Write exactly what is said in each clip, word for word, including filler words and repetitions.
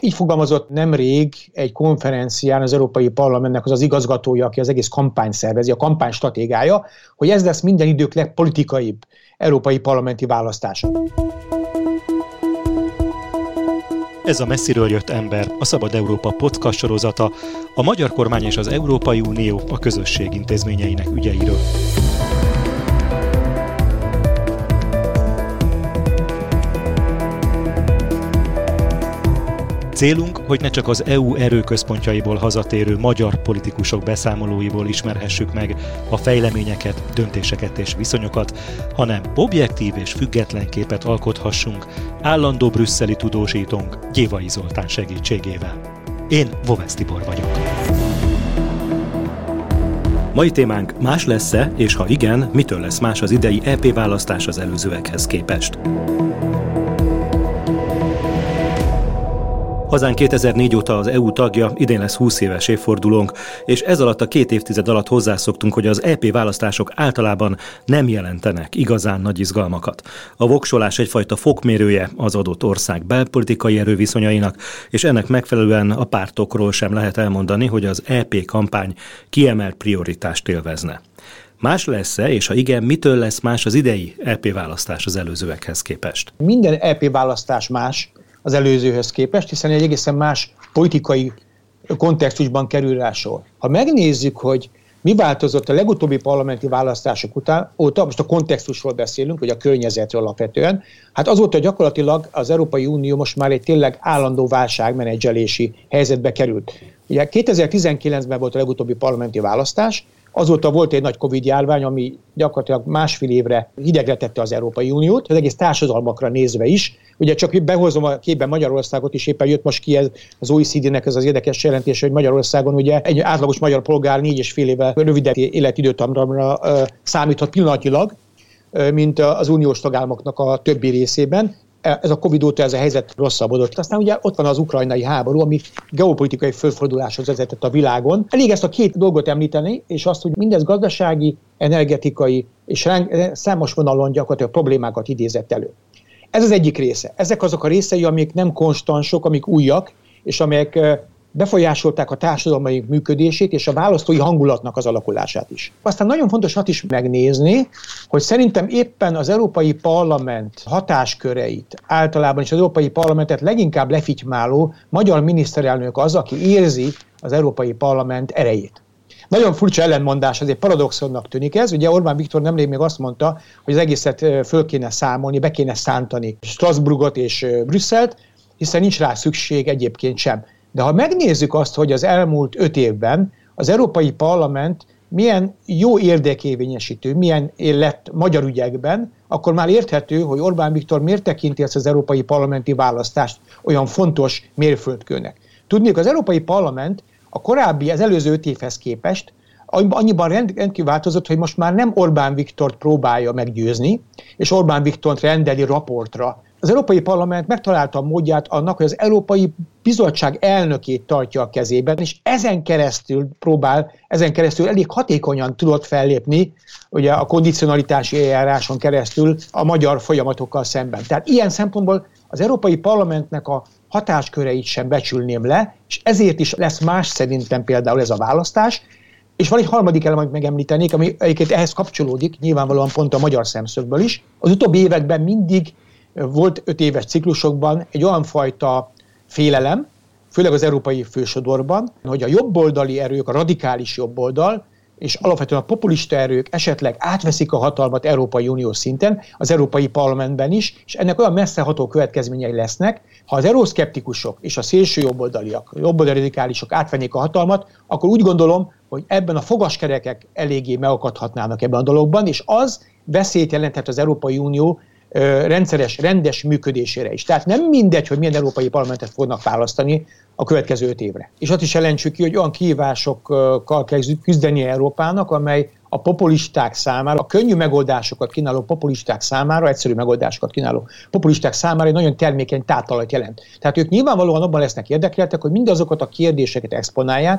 Így fogalmazott nemrég egy konferencián az Európai Parlamentnek az az igazgatója, aki az egész kampányt szervezi, a kampány stratégája, hogy ez lesz minden idők legpolitikaibb európai parlamenti választása. Ez a Messziről jött ember, a Szabad Európa podcast sorozata, a magyar kormány és az Európai Unió a közösség intézményeinek ügyeiről. Célunk, hogy ne csak az é u erőközpontjaiból hazatérő magyar politikusok beszámolóiból ismerhessük meg a fejleményeket, döntéseket és viszonyokat, hanem objektív és független képet alkothassunk állandó brüsszeli tudósítónk Gyévai Zoltán segítségével. Én Vovesz Tibor vagyok. Mai témánk: más lesz-e, és ha igen, mitől lesz más az idei é pé választás az előzőekhez képest? Hazánk kétezer-négy óta az é u tagja, idén lesz húsz éves évfordulónk, és ez alatt a két évtized alatt hozzászoktunk, hogy az é pé választások általában nem jelentenek igazán nagy izgalmakat. A voksolás egyfajta fokmérője az adott ország belpolitikai erőviszonyainak, és ennek megfelelően a pártokról sem lehet elmondani, hogy az é pé kampány kiemelt prioritást élvezne. Más lesz-e, és ha igen, mitől lesz más az idei é pé választás az előzőekhez képest? Minden é pé választás más az előzőhöz képest, hiszen egy egészen más politikai kontextusban kerül rá sor. Ha megnézzük, hogy mi változott a legutóbbi parlamenti választások után, óta, most a kontextusról beszélünk, vagy a környezetről alapvetően, hát azóta gyakorlatilag az Európai Unió most már egy tényleg állandó válságmenedzselési helyzetbe került. Ugye kétezer-tizenkilencben volt a legutóbbi parlamenti választás, azóta volt egy nagy Covid-járvány, ami gyakorlatilag másfél évre hidegre tette az Európai Uniót, az egész társadalmakra nézve is. Ugye csak behozom a képben Magyarországot is, éppen jött most ki ez, az o e cé dé-nek ez az érdekes jelentése, hogy Magyarországon ugye egy átlagos magyar polgár négy és fél éve rövidebb életidőtamra számíthat pillanatilag, mint az uniós tagállamoknak a többi részében. Ez a Covid óta ez a helyzet rosszabbodott. Aztán ugye ott van az ukrajnai háború, ami geopolitikai fölforduláshoz vezetett a világon. Elég ezt a két dolgot említeni, és azt, hogy mindez gazdasági, energetikai és számos vonalon gyakorlatilag problémákat idézett elő. Ez az egyik része. Ezek azok a részei, amik nem konstansok, amik újak, és amelyek befolyásolták a társadalmaink működését és a választói hangulatnak az alakulását is. Aztán nagyon fontos azt is megnézni, hogy szerintem éppen az Európai Parlament hatásköreit általában, és az Európai Parlamentet leginkább lefitymáló magyar miniszterelnök az, aki érzi az Európai Parlament erejét. Nagyon furcsa ellentmondás, azért paradoxonnak tűnik ez. Ugye Orbán Viktor nemrég még azt mondta, hogy az egészet föl kéne számolni, be kéne szántani Strasbourgot és Brüsszelt, hiszen nincs rá szükség egyébként sem. De ha megnézzük azt, hogy az elmúlt öt évben az Európai Parlament milyen jó érdekérvényesítő, milyen lett magyar ügyekben, akkor már érthető, hogy Orbán Viktor miért tekinti ezt az európai parlamenti választást olyan fontos mérföldkőnek. Tudnék, az Európai Parlament a korábbi, az előző öt évhez képest annyiban rendkívül változott, hogy most már nem Orbán Viktort próbálja meggyőzni, és Orbán Viktort rendeli raportra. Az Európai Parlament megtalálta a módját annak, hogy az Európai Bizottság elnökét tartja a kezében, és ezen keresztül próbál, ezen keresztül elég hatékonyan tudott fellépni ugye a kondicionalitási eljáráson keresztül a magyar folyamatokkal szemben. Tehát ilyen szempontból az Európai Parlamentnek a hatásköreit sem becsülném le, és ezért is lesz más szerintem például ez a választás. És van egy harmadik elem, amit megemlítenék, ami egyébként ehhez kapcsolódik, nyilvánvalóan pont a magyar szemszögből is. Az utóbbi években mindig volt öt éves ciklusokban egy olyan fajta félelem, főleg az európai fősodorban, hogy a jobboldali erők, a radikális jobboldal, és alapvetően a populista erők esetleg átveszik a hatalmat Európai Unió szinten, az Európai Parlamentben is, és ennek olyan messzeható következményei lesznek, ha az euroszkeptikusok és a szélső jobboldaliak, a jobboldali radikálisok átvennék a hatalmat, akkor úgy gondolom, hogy ebben a fogaskerekek eléggé megakadhatnának ebben a dologban, és az veszélyt jelenthet az Európai Unió rendszeres, rendes működésére is. Tehát nem mindegy, hogy milyen európai parlamentet fognak választani a következő öt évre. És azt is jelentsük ki, hogy olyan kihívásokkal kell küzdeni Európának, amely a populisták számára, a könnyű megoldásokat kínáló populisták számára, egyszerű megoldásokat kínáló populisták számára egy nagyon termékeny táptalajt jelent. Tehát ők nyilvánvalóan abban lesznek érdekeltek, hogy mindazokat a kérdéseket exponálják,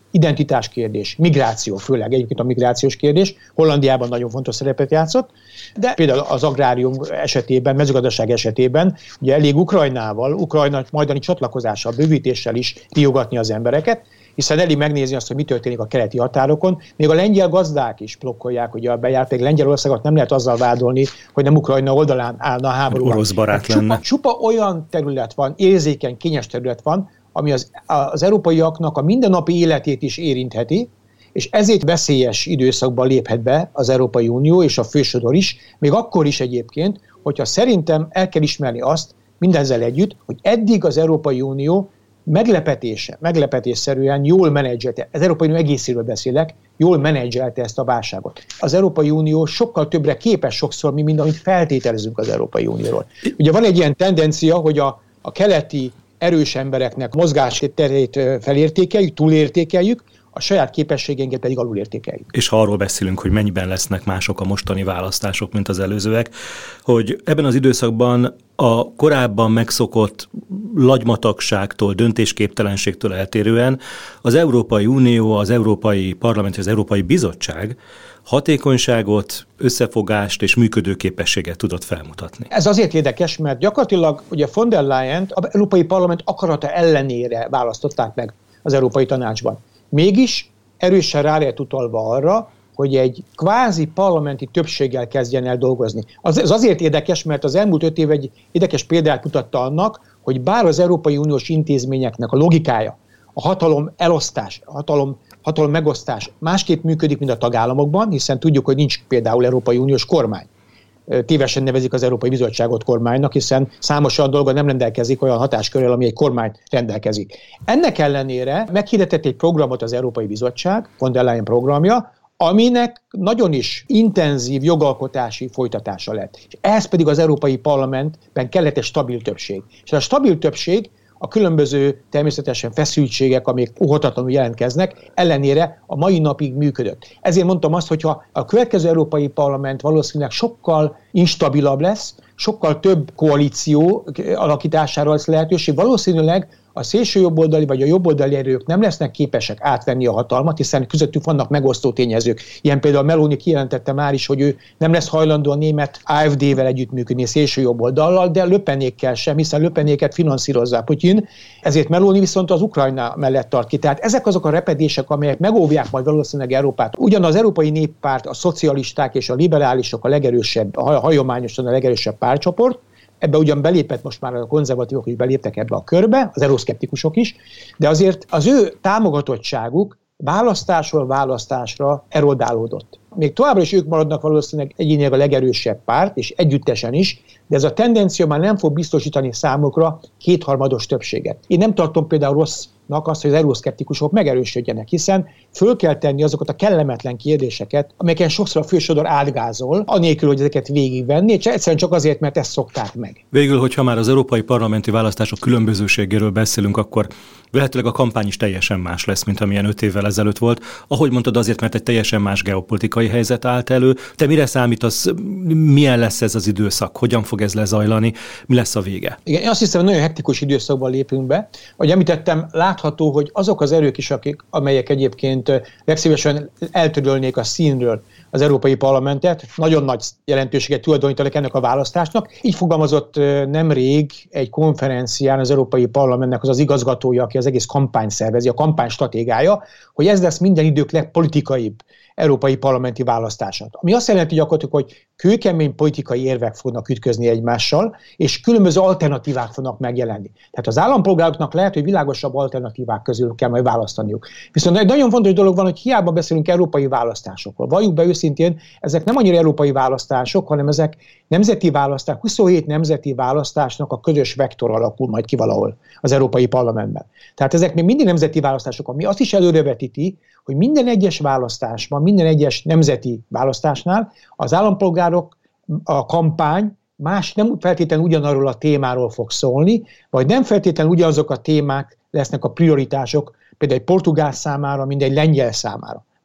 identitás kérdés, migráció, főleg egyébként a migrációs kérdés, Hollandiában nagyon fontos szerepet játszott, de például az agrárium esetében, mezőgazdaság esetében, ugye elég Ukrajnával, Ukrajna majdani csatlakozással, bővítéssel is riogatni az embereket, hiszen elég megnézni azt, hogy mi történik a keleti határokon. Még a lengyel gazdák is blokkolják, hogy a bejár, pedig Lengyelországot nem lehet azzal vádolni, hogy nem Ukrajna oldalán állna a háborúban. Orosz barát lenne. Csupa, csupa olyan terület van, érzékeny, kényes terület van, ami az, az európaiaknak a mindennapi életét is érintheti, és ezért veszélyes időszakban léphet be az Európai Unió és a fősodor is, még akkor is egyébként, hogyha szerintem el kell ismerni azt, mindezzel együtt, hogy eddig az Európai Unió meglepetése, meglepetésszerűen jól menedzselte, az Európai Unió egészéről beszélek, jól menedzselte ezt a válságot. Az Európai Unió sokkal többre képes sokszor, mint amit feltételezünk az Európai Unióról. Ugye van egy ilyen tendencia, hogy a, a keleti erős embereknek mozgásterét felértékeljük, túlértékeljük, a saját képességeinket pedig alulértékeljük. És ha arról beszélünk, hogy mennyiben lesznek mások a mostani választások, mint az előzőek, hogy ebben az időszakban a korábban megszokott lagymatagságtól, döntésképtelenségtől eltérően az Európai Unió, az Európai Parlament, az Európai Bizottság hatékonyságot, összefogást és működőképességet tudott felmutatni. Ez azért érdekes, mert gyakorlatilag ugye von der Leyent az Európai Parlament akarata ellenére választották meg az Európai Tanácsban. Mégis erősen rá lehet utalva arra, hogy egy kvázi parlamenti többséggel kezdjen el dolgozni. Az, ez azért érdekes, mert az elmúlt öt év egy érdekes példát mutatta annak, hogy bár az Európai Uniós intézményeknek a logikája, a hatalom elosztás, a hatalom, hatalom megosztás másképp működik, mint a tagállamokban, hiszen tudjuk, hogy nincs például Európai Uniós kormány. Tévesen nevezik az Európai Bizottságot kormánynak, hiszen számos olyan dolga nem rendelkezik olyan hatáskörrel, ami egy kormány rendelkezik. Ennek ellenére meghirdetett egy programot az Európai Bizottság, von der Leyen programja, aminek nagyon is intenzív jogalkotási folytatása lett. És ehhez pedig az Európai Parlamentben kellett egy stabil többség. És a stabil többség a különböző természetesen feszültségek, amik óhatatlanul jelentkeznek, ellenére a mai napig működött. Ezért mondtam azt, hogyha a következő Európai Parlament valószínűleg sokkal instabilabb lesz, sokkal több koalíció alakítására lesz lehetőség, valószínűleg a szélső jobboldali vagy a jobboldali erők nem lesznek képesek átvenni a hatalmat, hiszen közöttük vannak megosztó tényezők. Ilyen például Meloni kijelentette már is, hogy ő nem lesz hajlandó a német á ef dé-vel együttműködni, a szélső jobboldallal, de Le Penékkel sem, hiszen Le Penéket finanszírozzák Putyin, ezért Meloni viszont az Ukrajna mellett tart ki. Tehát ezek azok a repedések, amelyek megóvják majd valószínűleg Európát. Ugyan az Európai Néppárt, a szocialisták és a liberálisok a legerősebb, hagyományosan a legerősebb pártcsoport, ebbe ugyan belépett most már a konzervatívok is beléptek ebbe a körbe, az euroszkeptikusok is, de azért az ő támogatottságuk választásról választásra erodálódott. Még továbbra is ők maradnak valószínűleg egyénileg a legerősebb párt, és együttesen is, de ez a tendencia már nem fog biztosítani számukra kétharmados többséget. Én nem tartom például rossznak azt, hogy az euroszkeptikusok megerősödjenek, hiszen föl kell tenni azokat a kellemetlen kérdéseket, amelyeken sokszor a fősodor átgázol, anélkül, hogy ezeket végigvenni, és egyszerűen csak azért, mert ezt szokták meg. Végül, hogyha már az európai parlamenti választások különbözőségéről beszélünk, akkor lehetőleg a kampány is teljesen más lesz, mint amilyen öt évvel ezelőtt volt. Ahogy mondtad, azért, mert egy teljesen más geopolitikai helyzet állt elő. Te mire számítasz, milyen lesz ez az időszak, hogyan fog ez lezajlani, mi lesz a vége? Igen, én azt hiszem, hogy nagyon hektikus időszakban lépünk be. Ahogy említettem, látható, hogy azok az erők is, akik, amelyek egyébként legszívesen eltörölnék a színről az Európai Parlamentet, nagyon nagy jelentőséget tulajdonítanak ennek a választásnak. Így fogalmazott nemrég egy konferencián az Európai Parlamentnek az az igazgatója, aki az egész kampányt szervezi, a kampány stratégája, hogy ez lesz minden idők legpolitikaibb európai parlamenti választását. Ami azt jelenti gyakorlatilag, hogy kőkemény politikai érvek fognak ütközni egymással, és különböző alternatívák fognak megjelenni. Tehát az állampolgároknak lehet, hogy világosabb alternatívák közül kell majd választaniuk. Viszont egy nagyon fontos dolog van, hogy hiába beszélünk európai választásokról. Valljuk be őszintén, ezek nem annyira európai választások, hanem ezek nemzeti választások, huszonhét nemzeti választásnak a közös vektor alakul majd ki valahol az Európai Parlamentben. Tehát ezek még mindig nemzeti választások, ami azt is előrevetíti, hogy minden egyes választásban, minden egyes nemzeti választásnál az állampolgárok, a kampány más nem feltétlenül ugyanarról a témáról fog szólni, vagy nem feltétlenül ugyanazok a témák lesznek a prioritások, például egy portugál számára, mint egy lengyel számára,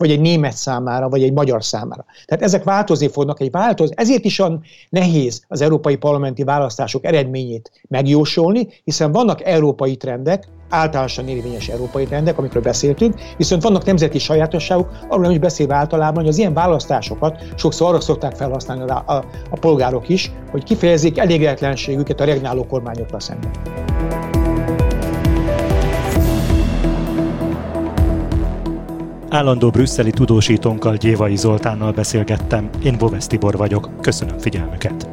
vagy egy német számára, vagy egy magyar számára. Tehát ezek változni fognak, egy változ. Ezért is olyan nehéz az európai parlamenti választások eredményét megjósolni, hiszen vannak európai trendek, általánosan érvényes európai trendek, amikről beszéltünk, viszont vannak nemzeti sajátosságok, arról nem is beszélve általában, hogy az ilyen választásokat sokszor arra szokták felhasználni a, a, a polgárok is, hogy kifejezzék elégedetlenségüket a regnáló kormányokkal szemben. Állandó brüsszeli tudósítónkkal, Gyévai Zoltánnal beszélgettem. Én Bovesz Tibor vagyok. Köszönöm figyelmüket.